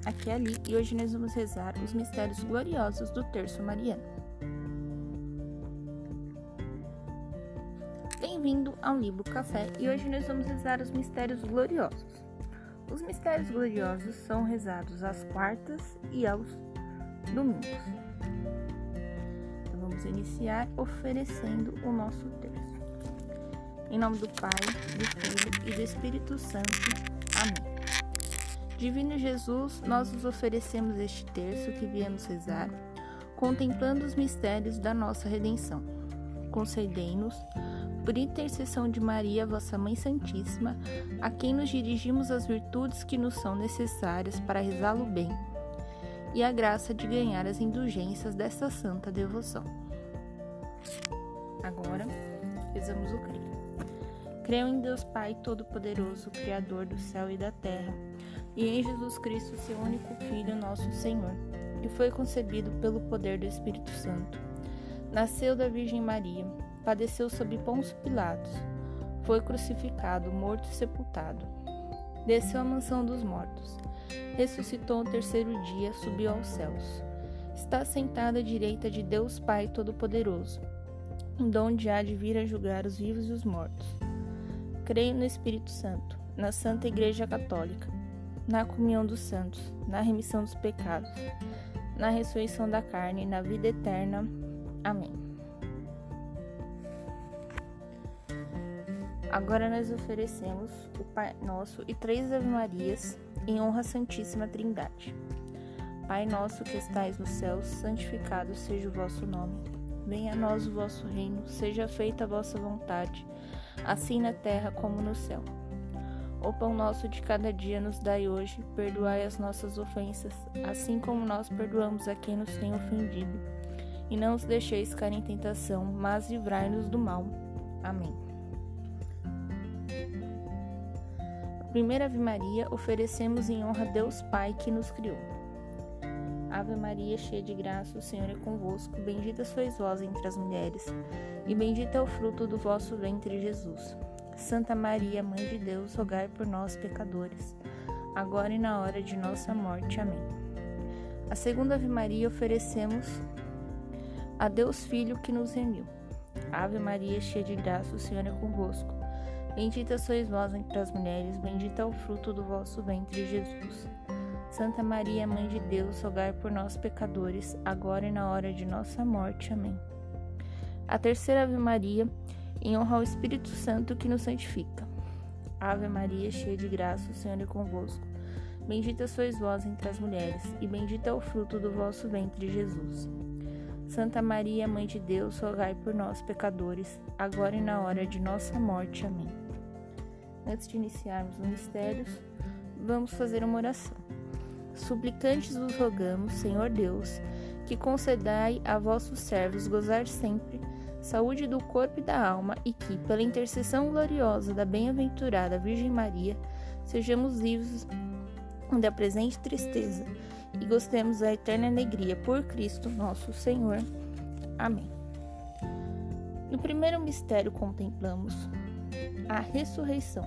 aqui é Ali e hoje nós vamos rezar os mistérios gloriosos do Terço Mariano. Bem-vindo ao Livro Café e hoje nós vamos rezar os mistérios gloriosos. Os mistérios gloriosos são rezados às quartas e aos domingos. Então vamos iniciar oferecendo o nosso terço. Em nome do Pai, do Filho e do Espírito Santo. Amém. Divino Jesus, nós vos oferecemos este terço que viemos rezar, contemplando os mistérios da nossa redenção. Concedei-nos, por intercessão de Maria, vossa Mãe Santíssima, a quem nos dirigimos as virtudes que nos são necessárias para rezá-lo bem, e a graça de ganhar as indulgências desta santa devoção. Agora, rezamos o creio. Creio em Deus Pai Todo-Poderoso, Criador do céu e da terra, e em Jesus Cristo, seu único Filho, nosso Senhor, que foi concebido pelo poder do Espírito Santo. Nasceu da Virgem Maria, padeceu sob Pôncio Pilatos, foi crucificado, morto e sepultado. Desceu à mansão dos mortos, ressuscitou no terceiro dia, subiu aos céus. Está sentado à direita de Deus Pai Todo-Poderoso, donde há de vir a julgar os vivos e os mortos. Creio no Espírito Santo, na Santa Igreja Católica, na comunhão dos santos, na remissão dos pecados, na ressurreição da carne e na vida eterna. Amém. Agora nós oferecemos o Pai Nosso e 3 Ave-Marias em honra à Santíssima Trindade. Pai nosso que estais nos céus, santificado seja o vosso nome. Venha a nós o vosso reino, seja feita a vossa vontade, assim na terra como no céu. O pão nosso de cada dia nos dai hoje, perdoai as nossas ofensas, assim como nós perdoamos a quem nos tem ofendido. E não os deixeis cair em tentação, mas livrai-nos do mal. Amém. A primeira Ave Maria oferecemos em honra a Deus Pai que nos criou. Ave Maria, cheia de graça, o Senhor é convosco, bendita sois vós entre as mulheres, e bendito é o fruto do vosso ventre, Jesus. Santa Maria, Mãe de Deus, rogai por nós, pecadores, agora e na hora de nossa morte. Amém. A segunda Ave Maria oferecemos a Deus Filho que nos remiu. Ave Maria, cheia de graça, o Senhor é convosco. Bendita sois vós entre as mulheres, bendito é o fruto do vosso ventre, Jesus. Santa Maria, Mãe de Deus, rogai por nós, pecadores, agora e na hora de nossa morte. Amém. A terceira Ave Maria, em honra ao Espírito Santo que nos santifica. Ave Maria, cheia de graça, o Senhor é convosco. Bendita sois vós entre as mulheres, e bendito é o fruto do vosso ventre, Jesus. Santa Maria, Mãe de Deus, rogai por nós, pecadores, agora e na hora de nossa morte. Amém. Antes de iniciarmos os mistérios, vamos fazer uma oração. Suplicantes vos rogamos, Senhor Deus, que concedai a vossos servos gozar sempre saúde do corpo e da alma, e que, pela intercessão gloriosa da bem-aventurada Virgem Maria, sejamos livres da presente tristeza e gostemos da eterna alegria por Cristo nosso Senhor. Amém. No primeiro mistério contemplamos a ressurreição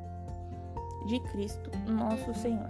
de Cristo nosso Senhor.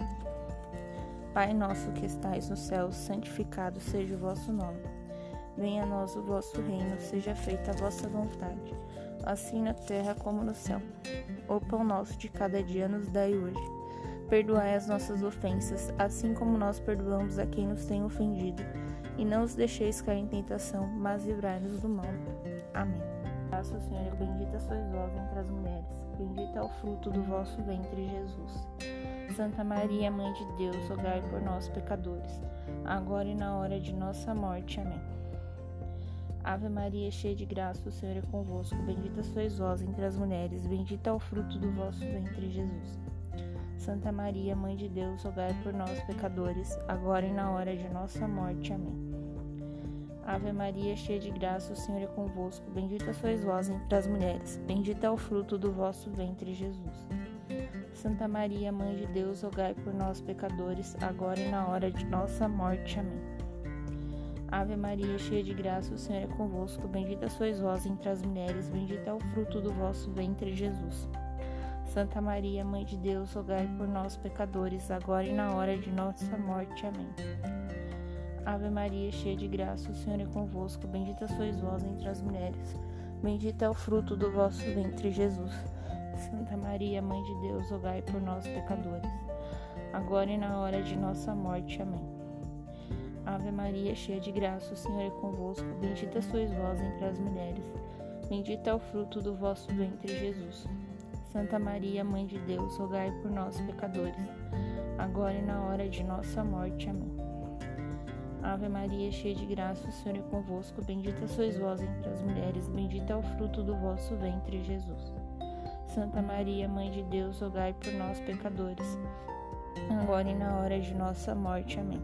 Pai nosso que estais no céu, santificado seja o vosso nome. Venha a nós o vosso reino, seja feita a vossa vontade, assim na terra como no céu. O pão nosso de cada dia nos dai hoje. Perdoai as nossas ofensas, assim como nós perdoamos a quem nos tem ofendido. E não os deixeis cair em tentação, mas livrai-nos do mal. Amém. Graças ao Senhor, bendita sois vós entre as mulheres, bendito é o fruto do vosso ventre, Jesus. Santa Maria, Mãe de Deus, rogai por nós, pecadores, agora e na hora de nossa morte. Amém. Ave Maria, cheia de graça, o Senhor é convosco, bendita sois vós entre as mulheres, bendito é o fruto do vosso ventre, Jesus. Santa Maria, Mãe de Deus, rogai por nós, pecadores, agora e na hora de nossa morte. Amém. Ave Maria, cheia de graça, o Senhor é convosco, bendita sois vós entre as mulheres, bendito é o fruto do vosso ventre, Jesus. Santa Maria, Mãe de Deus, rogai por nós, pecadores, agora e na hora de nossa morte. Amém. Ave Maria, cheia de graça, o Senhor é convosco, bendita sois vós entre as mulheres, bendito é o fruto do vosso ventre, Jesus. Santa Maria, Mãe de Deus, rogai por nós, pecadores, agora e na hora de nossa morte. Amém. Ave Maria, cheia de graça, o Senhor é convosco. Bendita sois vós entre as mulheres. Bendito é o fruto do vosso ventre, Jesus. Santa Maria, Mãe de Deus, rogai por nós, pecadores, agora e na hora de nossa morte. Amém. Ave Maria, cheia de graça, o Senhor é convosco. Bendita sois vós entre as mulheres. Bendito é o fruto do vosso ventre, Jesus. Santa Maria, Mãe de Deus, rogai por nós, pecadores, agora e na hora de nossa morte. Amém. Ave Maria, cheia de graça, o Senhor é convosco. Bendita sois vós entre as mulheres. Bendito é o fruto do vosso ventre, Jesus. Santa Maria, Mãe de Deus, rogai por nós, pecadores, agora e na hora de nossa morte. Amém.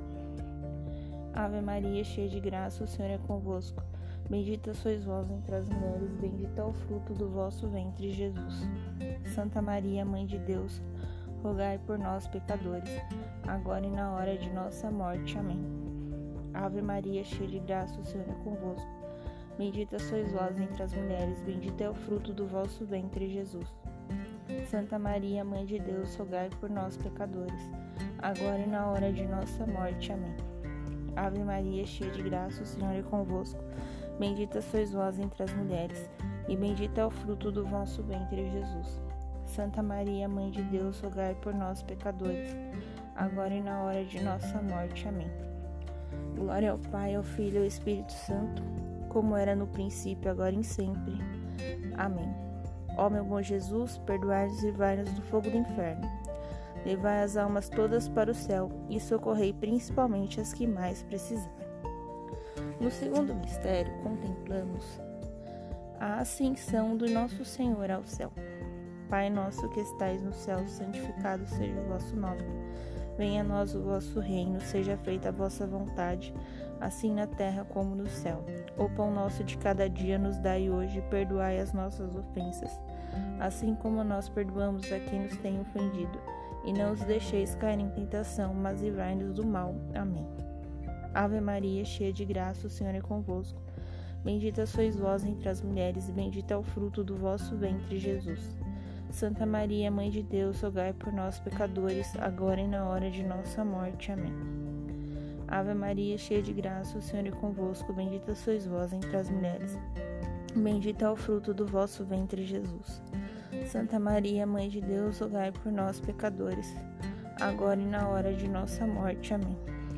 Ave Maria, cheia de graça, o Senhor é convosco. Bendita sois vós entre as mulheres, bendito é o fruto do vosso ventre, Jesus. Santa Maria, Mãe de Deus, rogai por nós, pecadores, agora e na hora de nossa morte. Amém. Ave Maria, cheia de graça, o Senhor é convosco. Bendita sois vós entre as mulheres, bendito é o fruto do vosso ventre, Jesus. Santa Maria, Mãe de Deus, rogai por nós, pecadores, agora e na hora de nossa morte. Amém. Ave Maria, cheia de graça, o Senhor é convosco. Bendita sois vós entre as mulheres, e bendito é o fruto do vosso ventre, Jesus. Santa Maria, Mãe de Deus, rogai por nós, pecadores, agora e na hora de nossa morte. Amém. Glória ao Pai, ao Filho e ao Espírito Santo, como era no princípio, agora e sempre. Amém. Ó meu bom Jesus, perdoai-nos e livrai-nos do fogo do inferno. Levai as almas todas para o céu e socorrei principalmente as que mais precisarem. No segundo mistério, contemplamos a ascensão do nosso Senhor ao céu. Pai nosso que estais no céu, santificado seja o vosso nome. Venha a nós o vosso reino, seja feita a vossa vontade, assim na terra como no céu. O pão nosso de cada dia nos dai hoje, e perdoai as nossas ofensas, assim como nós perdoamos a quem nos tem ofendido. E não os deixeis cair em tentação, mas livrai-nos do mal. Amém. Ave Maria, cheia de graça, o Senhor é convosco. Bendita sois vós entre as mulheres, e bendito é o fruto do vosso ventre, Jesus. Santa Maria, Mãe de Deus, rogai por nós, pecadores, agora e na hora de nossa morte. Amém. Ave Maria, cheia de graça, o Senhor é convosco. Bendita sois vós entre as mulheres. Bendito é o fruto do vosso ventre, Jesus. Santa Maria, Mãe de Deus, rogai por nós, pecadores, agora e na hora de nossa morte. Amém.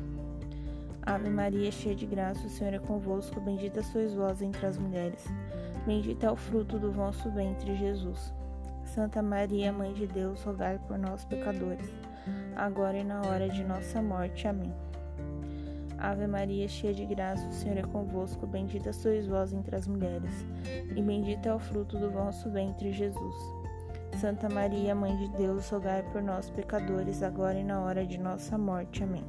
Ave Maria, cheia de graça, o Senhor é convosco. Bendita sois vós entre as mulheres. Bendito é o fruto do vosso ventre, Jesus. Santa Maria, Mãe de Deus, rogai por nós, pecadores, agora e na hora de nossa morte. Amém. Ave Maria, cheia de graça, o Senhor é convosco. Bendita sois vós entre as mulheres, e bendito é o fruto do vosso ventre, Jesus. Santa Maria, Mãe de Deus, rogai por nós, pecadores, agora e na hora de nossa morte. Amém.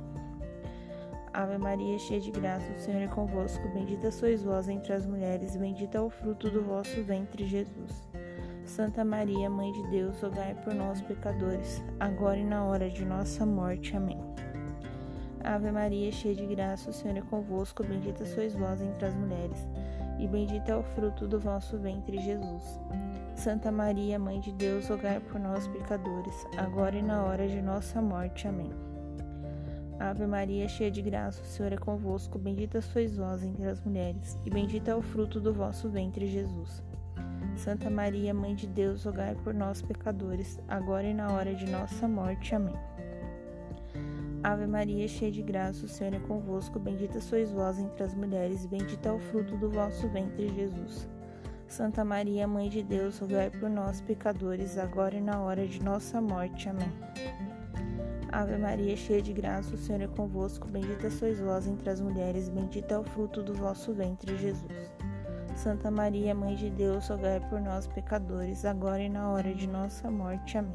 Ave Maria, cheia de graça, o Senhor é convosco. Bendita sois vós entre as mulheres, e bendito é o fruto do vosso ventre, Jesus. Santa Maria, Mãe de Deus, rogai por nós, pecadores, agora e na hora de nossa morte. Amém. Ave Maria, cheia de graça, o Senhor é convosco. Bendita sois vós entre as mulheres, e bendito é o fruto do vosso ventre, Jesus. Santa Maria, Mãe de Deus, rogai por nós, pecadores, agora e na hora de nossa morte. Amém. Ave Maria, cheia de graça, o Senhor é convosco. Bendita sois vós entre as mulheres, e bendito é o fruto do vosso ventre, Jesus. Santa Maria, Mãe de Deus, rogai por nós, pecadores, agora e na hora de nossa morte. Amém. Ave Maria, cheia de graça, o Senhor é convosco. Bendita sois vós entre as mulheres, e bendito é o fruto do vosso ventre, Jesus. Santa Maria, Mãe de Deus, rogai por nós, pecadores, agora e na hora de nossa morte. Amém. Ave Maria, cheia de graça, o Senhor é convosco. Bendita sois vós entre as mulheres, e bendito é o fruto do vosso ventre, Jesus. Santa Maria, Mãe de Deus, rogai por nós, pecadores, agora e na hora de nossa morte. Amém.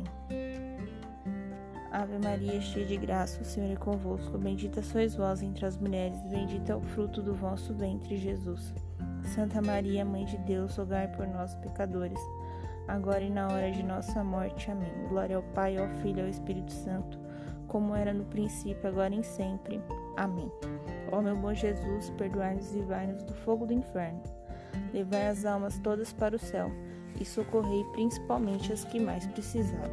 Ave Maria, cheia de graça, o Senhor é convosco. Bendita sois vós entre as mulheres, e bendito é o fruto do vosso ventre, Jesus. Santa Maria, Mãe de Deus, rogai por nós, pecadores, agora e na hora de nossa morte. Amém. Glória ao Pai, ao Filho e ao Espírito Santo, como era no princípio, agora e sempre. Amém. Ó meu bom Jesus, perdoai-nos e livrai-nos do fogo do inferno. Levai as almas todas para o céu e socorrei principalmente as que mais precisarem.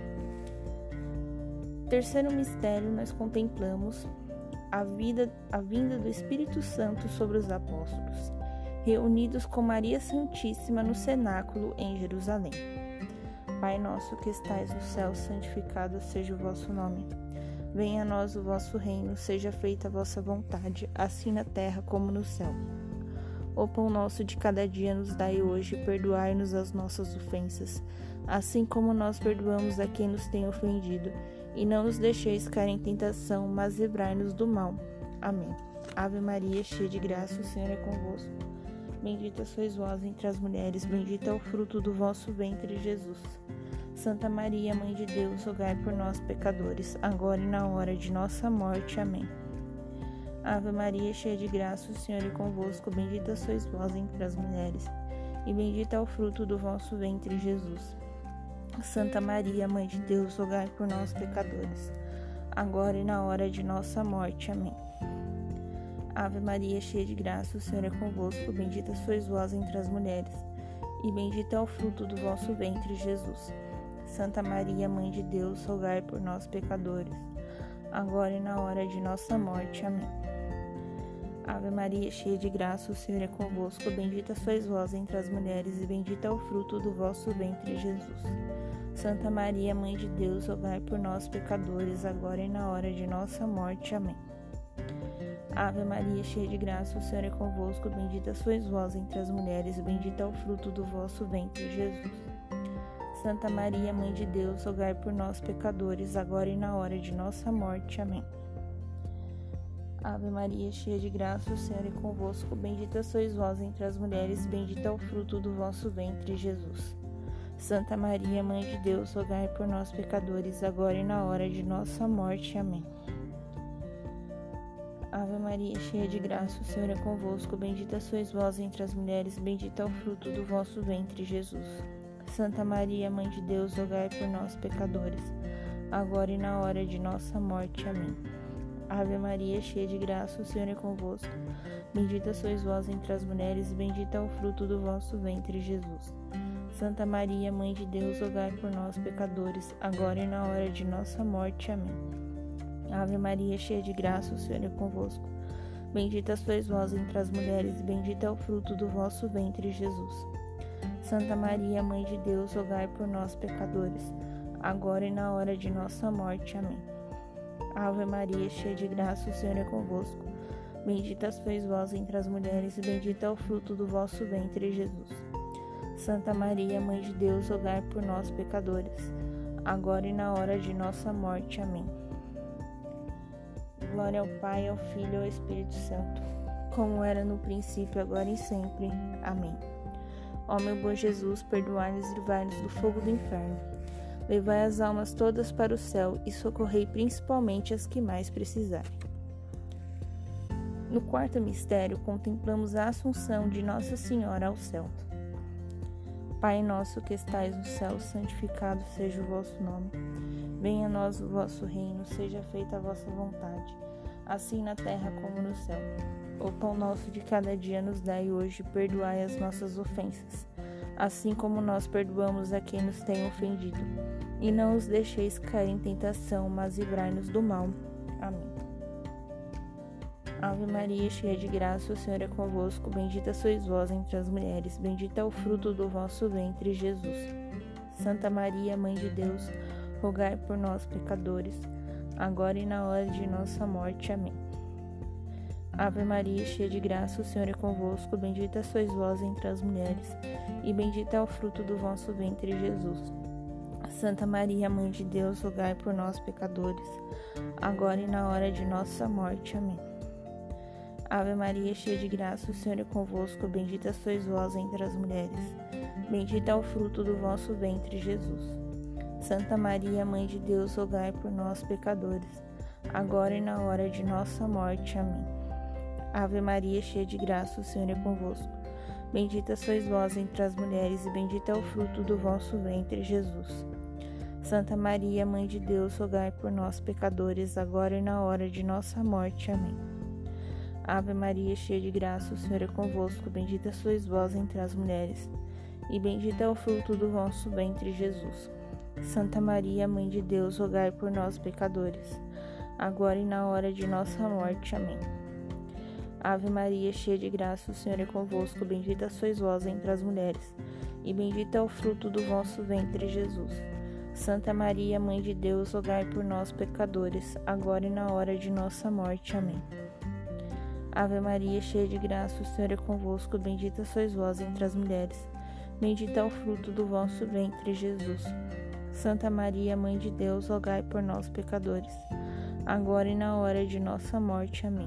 Terceiro mistério, nós contemplamos a vinda do Espírito Santo sobre os apóstolos, reunidos com Maria Santíssima no cenáculo em Jerusalém. Pai nosso que estais no céu, santificado seja o vosso nome. Venha a nós o vosso reino, seja feita a vossa vontade, assim na terra como no céu. O pão nosso de cada dia nos dai hoje, perdoai-nos as nossas ofensas, assim como nós perdoamos a quem nos tem ofendido, e não nos deixeis cair em tentação, mas livrai-nos do mal. Amém. Ave Maria, cheia de graça, o Senhor é convosco. Bendita sois vós entre as mulheres, bendito é o fruto do vosso ventre, Jesus. Santa Maria, Mãe de Deus, rogai por nós, pecadores, agora e na hora de nossa morte. Amém. Ave Maria, cheia de graça, o Senhor é convosco, bendita sois vós entre as mulheres, e bendito é o fruto do vosso ventre, Jesus. Santa Maria, Mãe de Deus, rogai por nós, pecadores, agora e na hora de nossa morte. Amém. Ave Maria, cheia de graça, o Senhor é convosco, bendita sois vós entre as mulheres, e bendito é o fruto do vosso ventre, Jesus. Santa Maria, Mãe de Deus, rogai por nós, pecadores, agora e na hora de nossa morte. Amém. Ave Maria, cheia de graça, o Senhor é convosco, bendita sois vós entre as mulheres, e bendito é o fruto do vosso ventre, Jesus. Santa Maria, Mãe de Deus, rogai por nós, pecadores, agora e na hora de nossa morte. Amém. Ave Maria, cheia de graça, o Senhor é convosco, bendita sois vós entre as mulheres, e bendito é o fruto do vosso ventre, Jesus. Santa Maria, Mãe de Deus, rogai por nós, pecadores, agora e na hora de nossa morte. Amém. Ave Maria, cheia de graça, o Senhor é convosco, bendita sois vós entre as mulheres, bendito é o fruto do vosso ventre, Jesus. Santa Maria, Mãe de Deus, rogai por nós, pecadores, agora e na hora de nossa morte. Amém. Ave Maria, cheia de graça, o Senhor é convosco, bendita sois vós entre as mulheres, bendito é o fruto do vosso ventre, Jesus. Santa Maria, Mãe de Deus, rogai por nós, pecadores, agora e na hora de nossa morte. Amém. Ave Maria, cheia de graça, o Senhor é convosco, bendita sois vós entre as mulheres, bendito é o fruto do vosso ventre, Jesus. Santa Maria, Mãe de Deus, rogai por nós, pecadores, agora e na hora de nossa morte. Amém. Ave Maria, cheia de graça, o Senhor é convosco, bendita sois vós entre as mulheres, e bendito é o fruto do vosso ventre, Jesus. Santa Maria, Mãe de Deus, rogai por nós, pecadores, agora e na hora de nossa morte. Amém. Ave Maria, cheia de graça, o Senhor é convosco, bendita sois vós entre as mulheres, e bendito é o fruto do vosso ventre, Jesus. Santa Maria, Mãe de Deus, rogai por nós, pecadores, agora e na hora de nossa morte. Amém. Glória ao Pai, ao Filho e ao Espírito Santo, como era no princípio, agora e sempre. Amém. Ó meu bom Jesus, perdoai-nos e livrai-nos do fogo do inferno. Levai as almas todas para o céu e socorrei principalmente as que mais precisarem. No quarto mistério, contemplamos a Assunção de Nossa Senhora ao céu. Pai nosso que estais no céu, santificado seja o vosso nome. Venha a nós o vosso reino, seja feita a vossa vontade, assim na terra como no céu. O pão nosso de cada dia nos dai hoje, perdoai as nossas ofensas, assim como nós perdoamos a quem nos tem ofendido. E não os deixeis cair em tentação, mas livrai-nos do mal. Amém. Ave Maria, cheia de graça, o Senhor é convosco, bendita sois vós entre as mulheres, bendito é o fruto do vosso ventre, Jesus. Santa Maria, Mãe de Deus, rogai por nós, pecadores, agora e na hora de nossa morte. Amém. Ave Maria, cheia de graça, o Senhor é convosco, bendita sois vós entre as mulheres, e bendito é o fruto do vosso ventre, Jesus. Santa Maria, Mãe de Deus, rogai por nós, pecadores, agora e na hora de nossa morte. Amém. Ave Maria, cheia de graça, o Senhor é convosco, bendita sois vós entre as mulheres, bendito é o fruto do vosso ventre, Jesus. Santa Maria, Mãe de Deus, rogai por nós, pecadores, agora e na hora de nossa morte. Amém. Ave Maria, cheia de graça, o Senhor é convosco, bendita sois vós entre as mulheres, e bendito é o fruto do vosso ventre, Jesus. Santa Maria, Mãe de Deus, rogai por nós, pecadores, agora e na hora de nossa morte. Amém. Ave Maria, cheia de graça, o Senhor é convosco, bendita sois vós entre as mulheres, e bendito é o fruto do vosso ventre, Jesus. Santa Maria, Mãe de Deus, rogai por nós, pecadores, agora e na hora de nossa morte. Amém. Ave Maria, cheia de graça, o Senhor é convosco, bendita sois vós entre as mulheres, e bendito é o fruto do vosso ventre, Jesus. Santa Maria, Mãe de Deus, rogai por nós, pecadores, agora e na hora de nossa morte. Amém. Ave Maria, cheia de graça, o Senhor é convosco, bendita sois vós entre as mulheres, bendito é o fruto do vosso ventre, Jesus. Santa Maria, Mãe de Deus, rogai por nós, pecadores, agora e na hora de nossa morte. Amém.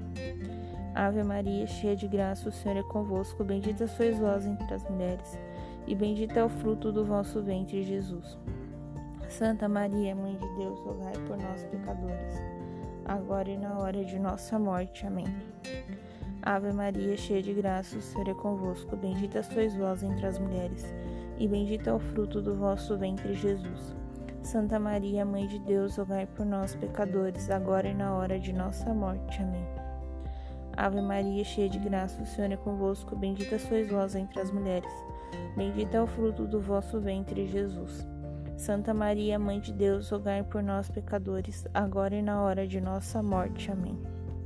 Ave Maria, cheia de graça, o Senhor é convosco, bendita sois vós entre as mulheres, e bendito é o fruto do vosso ventre, Jesus. Santa Maria, Mãe de Deus, rogai por nós, pecadores, agora e na hora de nossa morte. Amém. Ave Maria, cheia de graça, o Senhor é convosco, bendita sois vós entre as mulheres, e bendito é o fruto do vosso ventre, Jesus. Santa Maria, Mãe de Deus, rogai por nós, pecadores, agora e na hora de nossa morte. Amém. Ave Maria, cheia de graça, o Senhor é convosco, bendita sois vós entre as mulheres, bendito é o fruto do vosso ventre, Jesus. Santa Maria, Mãe de Deus, rogai por nós, pecadores, agora e na hora de nossa morte. Amém.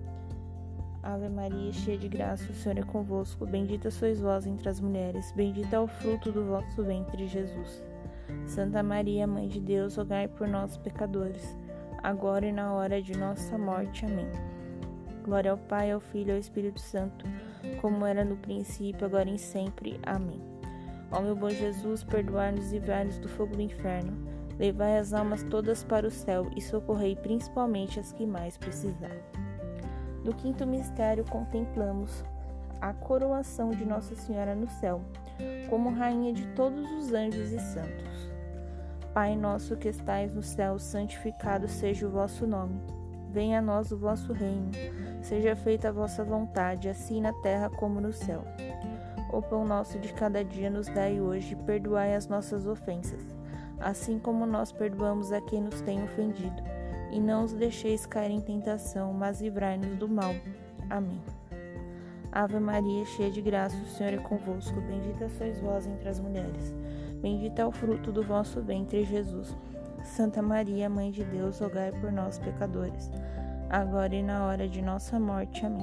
Ave Maria, cheia de graça, o Senhor é convosco, bendita sois vós entre as mulheres, bendito é o fruto do vosso ventre, Jesus. Santa Maria, Mãe de Deus, rogai por nós, pecadores, agora e na hora de nossa morte. Amém. Glória ao Pai, ao Filho e ao Espírito Santo, como era no princípio, agora e sempre. Amém. Ó meu bom Jesus, perdoai-nos e livrai-nos do fogo do inferno, levai as almas todas para o céu e socorrei principalmente as que mais precisarem. No quinto mistério, contemplamos a coroação de Nossa Senhora no céu, como Rainha de todos os anjos e santos. Pai nosso que estais no céu, santificado seja o vosso nome. Venha a nós o vosso reino, seja feita a vossa vontade, assim na terra como no céu. O pão nosso de cada dia nos dai hoje, perdoai as nossas ofensas, assim como nós perdoamos a quem nos tem ofendido. E não os deixeis cair em tentação, mas livrai-nos do mal. Amém. Ave Maria, cheia de graça, o Senhor é convosco, bendita sois vós entre as mulheres, bendito é o fruto do vosso ventre, Jesus. Santa Maria, Mãe de Deus, rogai por nós, pecadores, agora e na hora de nossa morte. Amém.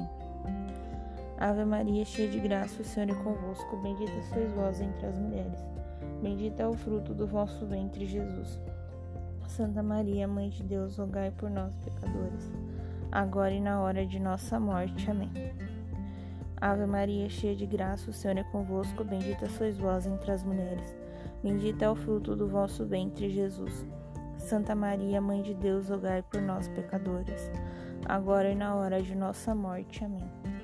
Ave Maria, cheia de graça, o Senhor é convosco, bendita sois vós entre as mulheres, bendito é o fruto do vosso ventre, Jesus. Santa Maria, Mãe de Deus, rogai por nós, pecadores, agora e na hora de nossa morte. Amém. Ave Maria, cheia de graça, o Senhor é convosco, bendita sois vós entre as mulheres, bendito é o fruto do vosso ventre, Jesus. Santa Maria, Mãe de Deus, rogai por nós, pecadores, agora e na hora de nossa morte. Amém.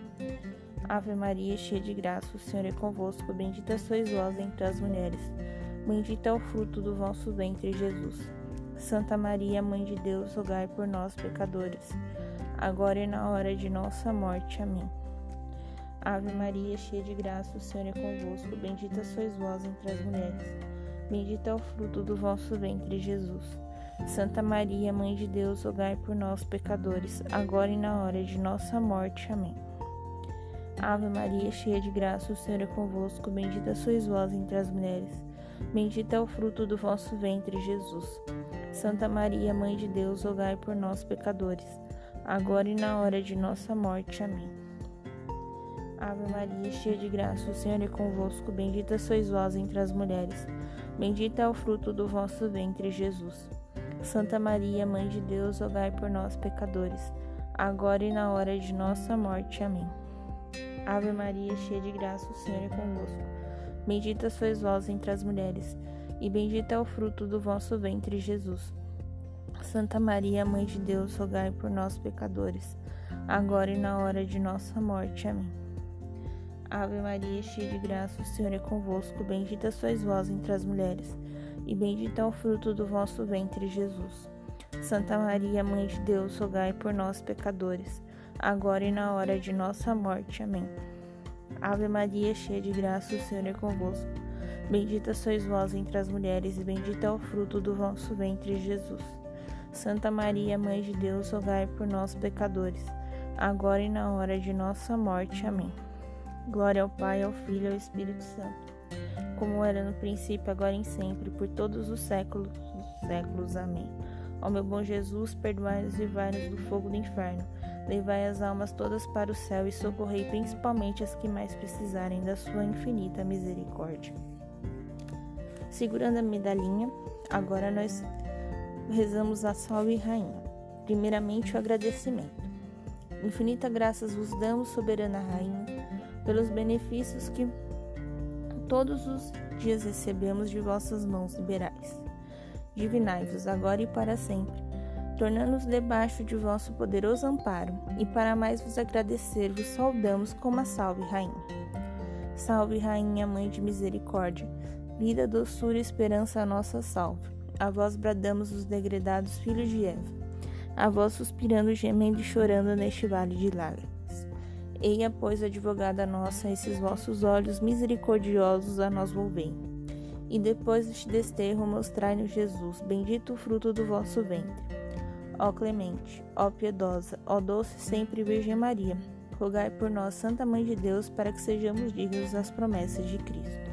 Ave Maria, cheia de graça, o Senhor é convosco, bendita sois vós entre as mulheres, bendito é o fruto do vosso ventre, Jesus. Santa Maria, Mãe de Deus, rogai por nós, pecadores, agora e na hora de nossa morte. Amém. Ave Maria, cheia de graça, o Senhor é convosco, bendita sois vós entre as mulheres, bendito é o fruto do vosso ventre, Jesus. Santa Maria, Mãe de Deus, rogai por nós, pecadores, agora e na hora de nossa morte. Amém. Ave Maria, cheia de graça, o Senhor é convosco, bendita sois vós entre as mulheres, bendito é o fruto do vosso ventre, Jesus. Santa Maria, Mãe de Deus, rogai por nós, pecadores, agora e na hora de nossa morte. Amém. Ave Maria, cheia de graça, o Senhor é convosco, bendita sois vós entre as mulheres, bendito é o fruto do vosso ventre, Jesus. Santa Maria, Mãe de Deus, rogai por nós, pecadores, agora e na hora de nossa morte. Amém. Ave Maria, cheia de graça, o Senhor é convosco, bendita sois vós entre as mulheres, e bendito é o fruto do vosso ventre, Jesus. Santa Maria, Mãe de Deus, rogai por nós, pecadores, agora e na hora de nossa morte. Amém. Ave Maria, cheia de graça, o Senhor é convosco, bendita sois vós entre as mulheres, e bendito é o fruto do vosso ventre, Jesus. Santa Maria, Mãe de Deus, rogai por nós, pecadores, agora e na hora de nossa morte. Amém. Ave Maria, cheia de graça, o Senhor é convosco, bendita sois vós entre as mulheres, e bendito é o fruto do vosso ventre, Jesus. Santa Maria, Mãe de Deus, rogai por nós, pecadores, agora e na hora de nossa morte. Amém. Glória ao Pai, ao Filho e ao Espírito Santo, como era no princípio, agora e sempre, por todos os séculos dos séculos. Amém. Ó meu bom Jesus, perdoai-nos e livrai-nos do fogo do inferno. Levai as almas todas para o céu e socorrei principalmente as que mais precisarem da sua infinita misericórdia. Segurando a medalhinha, agora nós rezamos a Salve Rainha. Primeiramente, o agradecimento. Infinita graças vos damos, soberana Rainha, pelos benefícios que todos os dias recebemos de vossas mãos liberais. Divinai-vos agora e para sempre, tornando-nos debaixo de vosso poderoso amparo, e para mais vos agradecer, vos saudamos como a Salve Rainha. Salve Rainha, Mãe de Misericórdia, vida, doçura e esperança a nossa salve. A vós bradamos os degredados filhos de Eva, a vós suspirando, gemendo e chorando neste vale de lágrimas. Eia, pois, advogada nossa, esses vossos olhos misericordiosos a nós volvei. E depois deste desterro mostrai-nos Jesus, bendito o fruto do vosso ventre. Ó clemente, ó piedosa, ó doce sempre Virgem Maria, rogai por nós, Santa Mãe de Deus, para que sejamos dignos das promessas de Cristo.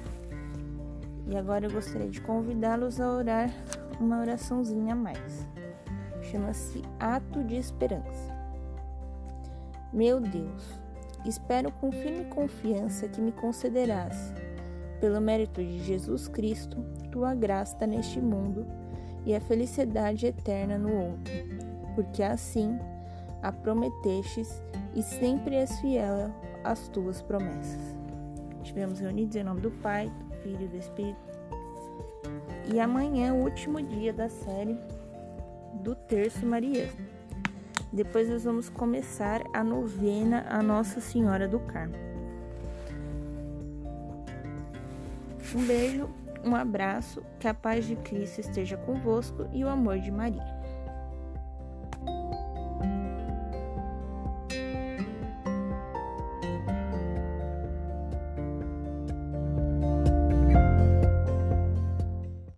E agora eu gostaria de convidá-los a orar uma oraçãozinha a mais. Chama-se Ato de Esperança. Meu Deus, espero com firme confiança que me concederás, pelo mérito de Jesus Cristo, tua graça neste mundo e a felicidade eterna no outro, porque assim a prometestes e sempre és fiel às tuas promessas. Estivemos reunidos em nome do Pai, do Filho e do Espírito. E amanhã é o último dia da série do Terço Mariano. Depois nós vamos começar a novena a Nossa Senhora do Carmo. Um beijo, um abraço, que a paz de Cristo esteja convosco e o amor de Maria.